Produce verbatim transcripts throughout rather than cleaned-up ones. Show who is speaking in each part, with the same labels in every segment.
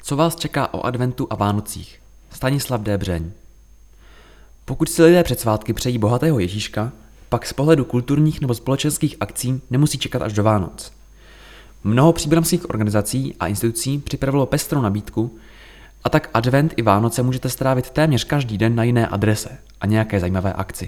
Speaker 1: Co vás čeká o adventu a Vánocích? Stanislav D. Břeň. Pokud si lidé před svátky přejí bohatého Ježíška, pak z pohledu kulturních nebo společenských akcí nemusí čekat až do Vánoc. Mnoho příbramských organizací a institucí připravilo pestrou nabídku, a tak advent i Vánoce můžete strávit téměř každý den na jiné adrese a nějaké zajímavé akci.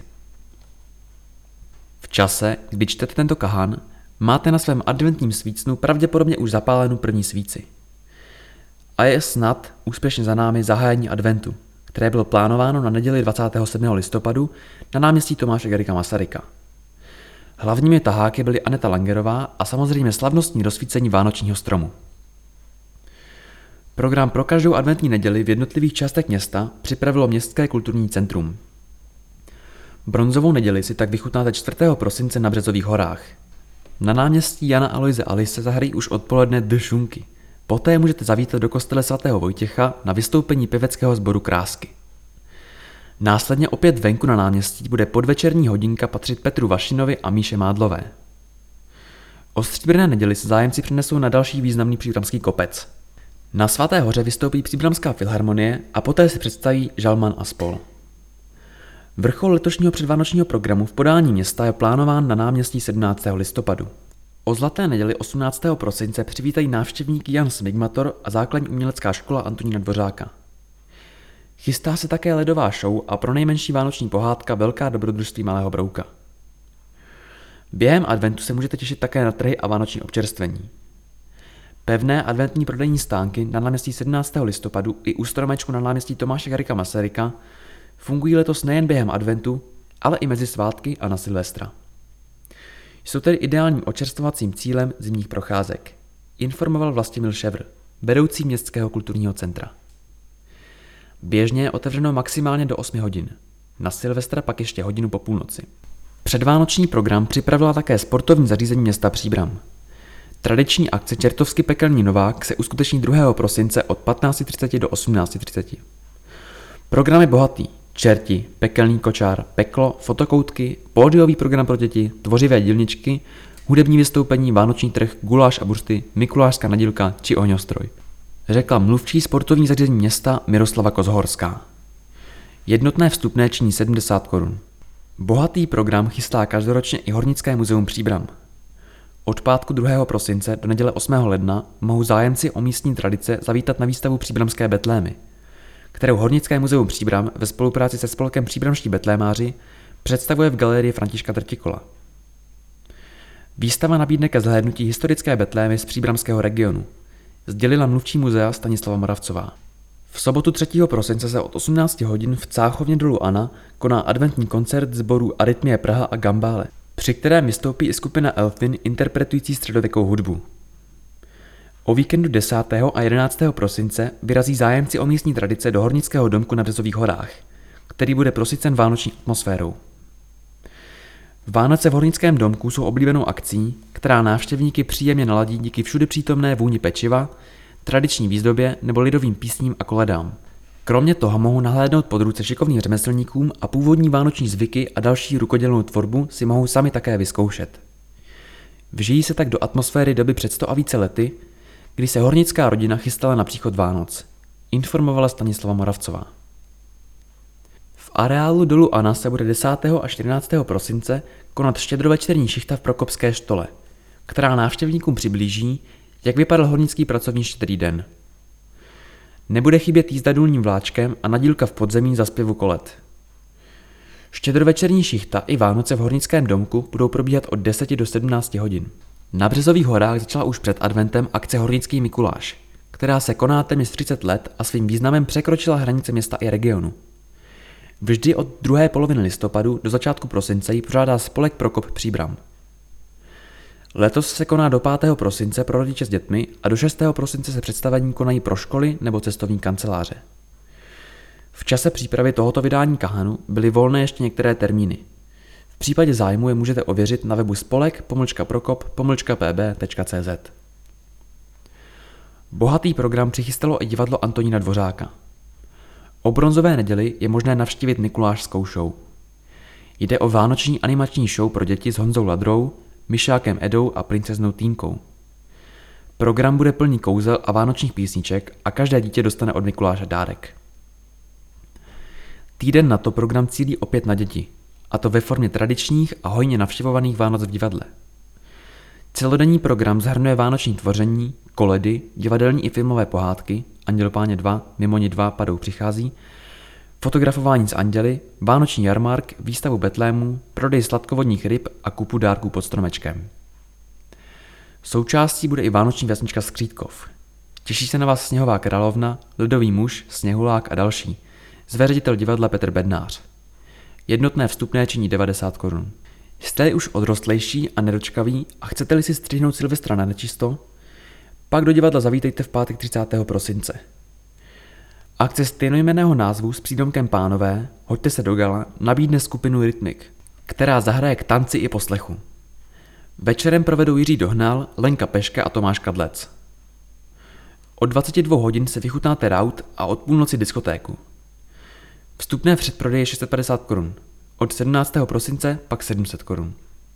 Speaker 1: V čase, kdy čtete tento kahan, máte na svém adventním svícnu pravděpodobně už zapálenou první svíci. A je snad úspěšně za námi zahájení adventu, které bylo plánováno na neděli dvacátého sedmého listopadu na náměstí Tomáše Garrigua Masaryka. Hlavními taháky byly Aneta Langerová a samozřejmě slavnostní rozsvícení vánočního stromu. Program pro každou adventní neděli v jednotlivých částech města připravilo Městské kulturní centrum. Bronzovou neděli si tak vychutnáte čtvrtého prosince na Březových horách. Na náměstí Jana Aloise Alice zahrají už odpoledne The Šunky. Poté můžete zavítat do kostele svatého Vojtěcha na vystoupení pěveckého sboru Krásky. Následně opět venku na náměstí bude podvečerní hodinka patřit Petru Vašinovi a Míše Mádlové. O stříbrné neděli se zájemci přinesou na další významný příbramský kopec. Na Svaté hoře vystoupí Příbramská filharmonie a poté si představí Žalman a spol. Vrchol letošního předvánočního programu v podání města je plánován na náměstí sedmnáctého listopadu. O zlaté neděli osmnáctého prosince přivítají návštěvníky Jan Smigmator a základní umělecká škola Antonína Dvořáka. Chystá se také ledová show a pro nejmenší vánoční pohádka Velká dobrodružství malého brouka. Během adventu se můžete těšit také na trhy a vánoční občerstvení. Pevné adventní prodejní stánky na náměstí sedmnáctého listopadu i u stromečku na náměstí Tomáše Garrigua Masaryka fungují letos nejen během adventu, ale i mezi svátky a na Silvestra. Jsou tedy ideálním očerstvovacím cílem zimních procházek, informoval Vlastimil Ševr, vedoucí Městského kulturního centra. Běžně je otevřeno maximálně do osmi hodin, na Silvestra pak ještě hodinu po půlnoci. Předvánoční program připravila také sportovní zařízení města Příbram. Tradiční akce Čertovsky pekelný Novák se uskuteční druhého prosince od patnáct třicet do osmnáct třicet. Program je bohatý. Čerti, pekelný kočár, peklo, fotokoutky, pódiový program pro děti, tvořivé dílničky, hudební vystoupení, vánoční trh, guláš a buřty, mikulášská nadílka či ohňostroj. Řekla mluvčí sportovní zařízení města Miroslava Kozhorská. Jednotné vstupné činí sedmdesát korun. Bohatý program chystá každoročně i Hornické muzeum Příbram. Od pátku druhého prosince do neděle osmého ledna mohou zájemci o místní tradice zavítat na výstavu Příbramské betlémy, kterou Hornické muzeum Příbram ve spolupráci se spolkem Příbramští betlémáři představuje v galerii Františka Trtikola. Výstava nabídne ke zhlédnutí historické betlémy z příbramského regionu, sdělila mluvčí muzea Stanislava Moravcová. V sobotu třetího prosince se od osmnácti hodin v Cáchovně dolu Ana koná adventní koncert sborů Arytmie Praha a Gambále, při kterém vystoupí i skupina Elfin interpretující středověkou hudbu. O víkendu desátého a jedenáctého prosince vyrazí zájemci o místní tradice do Hornického domku na Březových horách, který bude prosycen vánoční atmosférou. Vánoce v Hornickém domku jsou oblíbenou akcí, která návštěvníky příjemně naladí díky všudy přítomné vůni pečiva, tradiční výzdobě nebo lidovým písním a koledám. Kromě toho mohou nahlédnout pod ruce šikovným řemeslníkům a původní vánoční zvyky a další rukodělnou tvorbu si mohou sami také vyzkoušet. Vžijí se tak do atmosféry doby před sto a více lety, kdy se hornická rodina chystala na příchod Vánoc, informovala Stanislava Moravcová. V areálu dolu Ana se bude desátého a čtrnáctého prosince konat štědrovečerní šichta v Prokopské štole, která návštěvníkům přiblíží, jak vypadal hornický pracovní štědrý den. Nebude chybět jízda důlním vláčkem a nadílka v podzemí za zpěvu kolet. Štědrovečerní šichta i Vánoce v Hornickém domku budou probíhat od deseti do sedmnácti hodin. Na Březových horách začala už před adventem akce Hornický Mikuláš, která se koná téměř třicet let a svým významem překročila hranice města i regionu. Vždy od druhé poloviny listopadu do začátku prosince ji pořádá spolek Prokop Příbram. Letos se koná do pátého prosince pro rodiče s dětmi a do šestého prosince se představení konají pro školy nebo cestovní kanceláře. V čase přípravy tohoto vydání kahanu byly volné ještě některé termíny. V případě zájmu je můžete ověřit na webu spolek pomlčka prokop pomlčka pb tečka cz. Bohatý program přichystalo i divadlo Antonína Dvořáka. O bronzové neděli je možné navštívit mikulášskou show. Jde o vánoční animační show pro děti s Honzou Ladrou, Myšákem Edou a princeznou Týnkou. Program bude plný kouzel a vánočních písniček a každé dítě dostane od Mikuláše dárek. Týden na to program cílí opět na děti, a to ve formě tradičních a hojně navštěvovaných Vánoc v divadle. Celodenní program zahrnuje vánoční tvoření, koledy, divadelní i filmové pohádky, Anděl Páně dva, Mimoni dva padou přichází, fotografování s anděli, vánoční jarmark, výstavu betlémů, prodej sladkovodních ryb a kupu dárků pod stromečkem. Součástí bude i vánoční vesnička Skřítkov. Těší se na vás Sněhová královna, Ledový muž, Sněhulák a další. Zve ředitel divadla Petr Bednář. Jednotné vstupné činí devadesát korun. Jste-li už odrostlejší a nedočkaví a chcete-li si střihnout Silvestra na nečisto, pak do divadla zavítejte v pátek třicátého prosince. Akce stejnojmenného názvu s přídomkem Pánové, Hoďte se do gala, nabídne skupinu Rytmik, která zahraje k tanci i poslechu. Večerem provedou Jiří Dohnal, Lenka Peška a Tomáš Kadlec. Od dvaceti dvou hodin se vychutnáte raut a od půlnoci diskotéku. Vstupné v předprodeji je šest set padesát korun, od sedmnáctého prosince pak sedm set korun.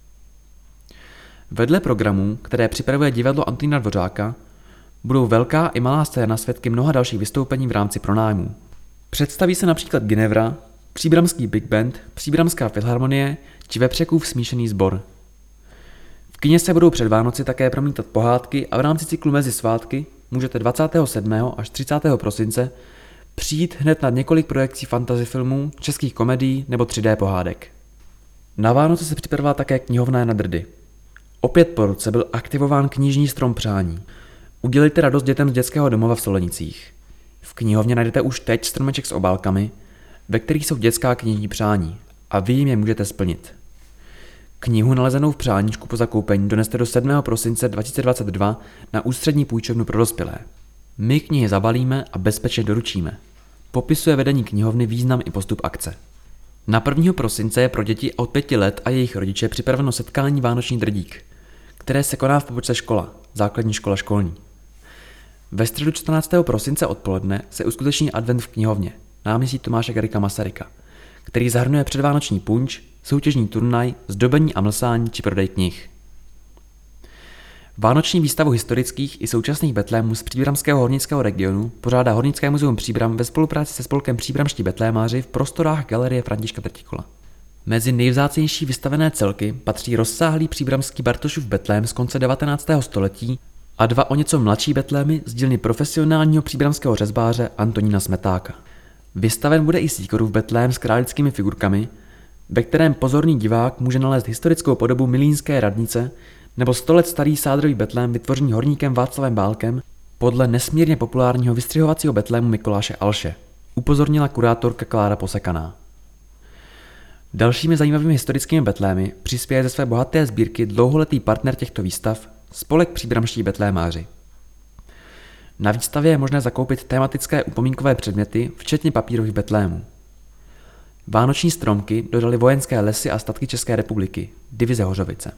Speaker 1: Vedle programů, které připravuje divadlo Antonína Dvořáka, budou velká i malá scéna svědky mnoha dalších vystoupení v rámci pronájmů. Představí se například Ginevra, Příbramský Big Band, Příbramská filharmonie či Vepřekův smíšený sbor. V kině se budou před Vánoci také promítat pohádky a v rámci cyklu Mezi svátky můžete dvacátého sedmého až třicátého prosince přijít hned na několik projekcí fantasy filmů, českých komedií nebo tři dé pohádek. Na Vánoce se připravila také knihovna Jana Drdy. Opět po roce byl aktivován knižní strom přání. Udělejte radost dětem z dětského domova v Solenicích. V knihovně najdete už teď stromeček s obálkami, ve kterých jsou dětská knižní přání a vy jim je můžete splnit. Knihu nalezenou v přáníčku po zakoupení doneste do sedmého prosince dva tisíce dvacet dva na ústřední půjčovnu pro dospělé. My knihy zabalíme a bezpečně doručíme. Popisuje vedení knihovny význam i postup akce. Na prvního prosince je pro děti od pěti let a jejich rodiče připraveno setkání Vánoční drdík, které se koná v pobočce škola, základní škola školní. Ve středu čtrnáctého prosince odpoledne se uskuteční advent v knihovně, náměstí Tomáše Garrigua Masaryka, který zahrnuje předvánoční punč, soutěžní turnaj, zdobení a mlsání či prodej knih. Vánoční výstavu historických i současných betlémů z příbramského hornického regionu pořádá Hornické muzeum Příbram ve spolupráci se spolkem Příbramští betlémáři v prostorách galerie Františka Trtikola. Mezi nejvzácnější vystavené celky patří rozsáhlý příbramský Bartošův betlém z konce devatenáctého století a dva o něco mladší betlémy z dílny profesionálního příbramského řezbáře Antonína Smetáka. Vystaven bude i Sýkorův betlém s králickými figurkami, ve kterém pozorný divák může nalézt historickou podobu milínské radnice nebo sto let starý sádrový betlém vytvořený horníkem Václavem Bálkem podle nesmírně populárního vystřihovacího betlému Mikuláše Alše, upozornila kurátorka Klára Posekaná. Dalšími zajímavými historickými betlémy přispěje ze své bohaté sbírky dlouholetý partner těchto výstav, spolek Příbramští betlémáři. Na výstavě je možné zakoupit tematické upomínkové předměty, včetně papírových betlémů. Vánoční stromky dodali Vojenské lesy a statky České republiky, divize Hořovice.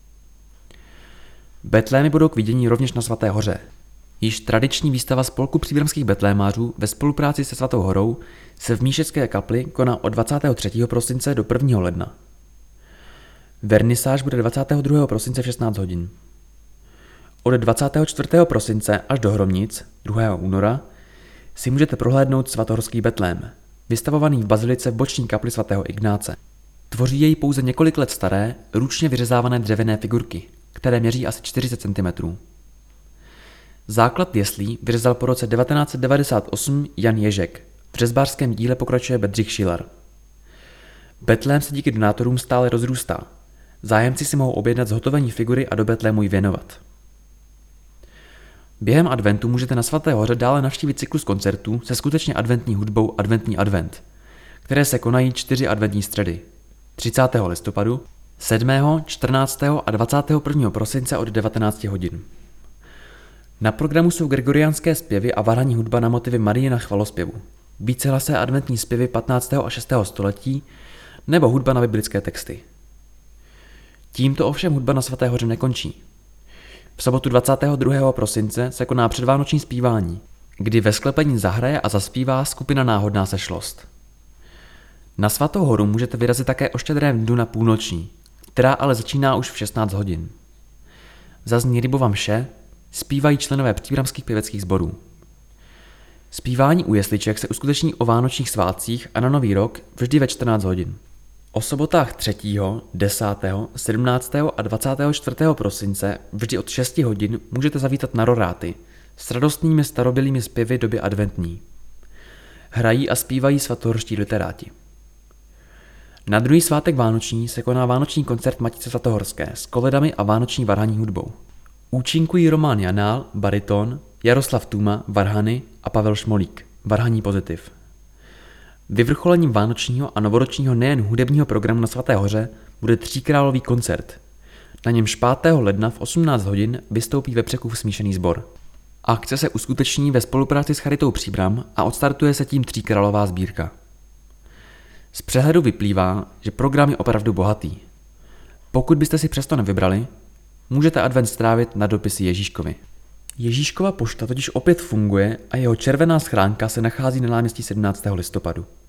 Speaker 1: Betlémy budou k vidění rovněž na Svaté hoře. Již tradiční výstava spolku příbramských betlémářů ve spolupráci se Svatou horou se v Míšecké kapli koná od dvacátého třetího prosince do prvního ledna. Vernisáž bude dvacátého druhého prosince v šestnáct hodin. Od dvacátého čtvrtého prosince až do Hromnic, druhého února, si můžete prohlédnout svatohorský betlém, vystavovaný v bazilice v boční kapli svatého Ignáce. Tvoří jej pouze několik let staré, ručně vyřezávané dřevěné figurky, které měří asi čtyřicet centimetrů. Základ jeslí vyřezal po roce devatenáct set devadesát osm Jan Ježek, v řezbářském díle pokračuje Bedřich Šilar. Betlém se díky donátorům stále rozrůstá. Zájemci si mohou objednat zhotovení figury a do betlému ji věnovat. Během adventu můžete na Svaté hoře dále navštívit cyklus koncertů se skutečně adventní hudbou Adventní advent, které se konají čtyři adventní středy. třicátého listopadu, sedmého, čtrnáctého a dvacátého prvního prosince od devatenácti hodin. Na programu jsou gregoriánské zpěvy a varhanní hudba na motivy Marie na chvalospěvu, vícehlasé adventní zpěvy patnáctého a šestého století nebo hudba na biblické texty. Tímto ovšem hudba na Svaté hoře nekončí. V sobotu dvacátého druhého prosince se koná předvánoční zpívání, kdy ve sklepení zahraje a zaspívá skupina Náhodná sešlost. Na Svatou horu můžete vyrazit také o Štědrém dnu na půlnoční, která ale začíná už v šestnáct hodin. Zazní rybova mše, Zpívají členové příbramských pěveckých sborů. Zpívání u jesliček se uskuteční o vánočních svátcích a na Nový rok vždy ve čtrnáct hodin. O sobotách třetího, desátého, sedmnáctého a dvacátého čtvrtého prosince vždy od šesti hodin můžete zavítat na roráty s radostnými starobylými zpěvy doby adventní. Hrají a zpívají svatohorští literáti. Na druhý svátek vánoční se koná vánoční koncert Matice svatohorské s koledami a vánoční varhanní hudbou. Účinkují Roman Janál, bariton, Jaroslav Tuma, varhany a Pavel Šmolík, varhaní pozitiv. Vyvrcholením vánočního a novoročního nejen hudebního programu na Svaté hoře bude tříkrálový koncert. Na němž pátého ledna v osmnáct hodin vystoupí ve Břechův smíšený sbor. Akce se uskuteční ve spolupráci s Charitou Příbram a odstartuje se tím tříkrálová sbírka. Z přehledu vyplývá, že program je opravdu bohatý. Pokud byste si přesto nevybrali, můžete advent strávit na dopisy Ježíškovi. Ježíškova pošta totiž opět funguje a jeho červená schránka se nachází na náměstí sedmnáctého listopadu.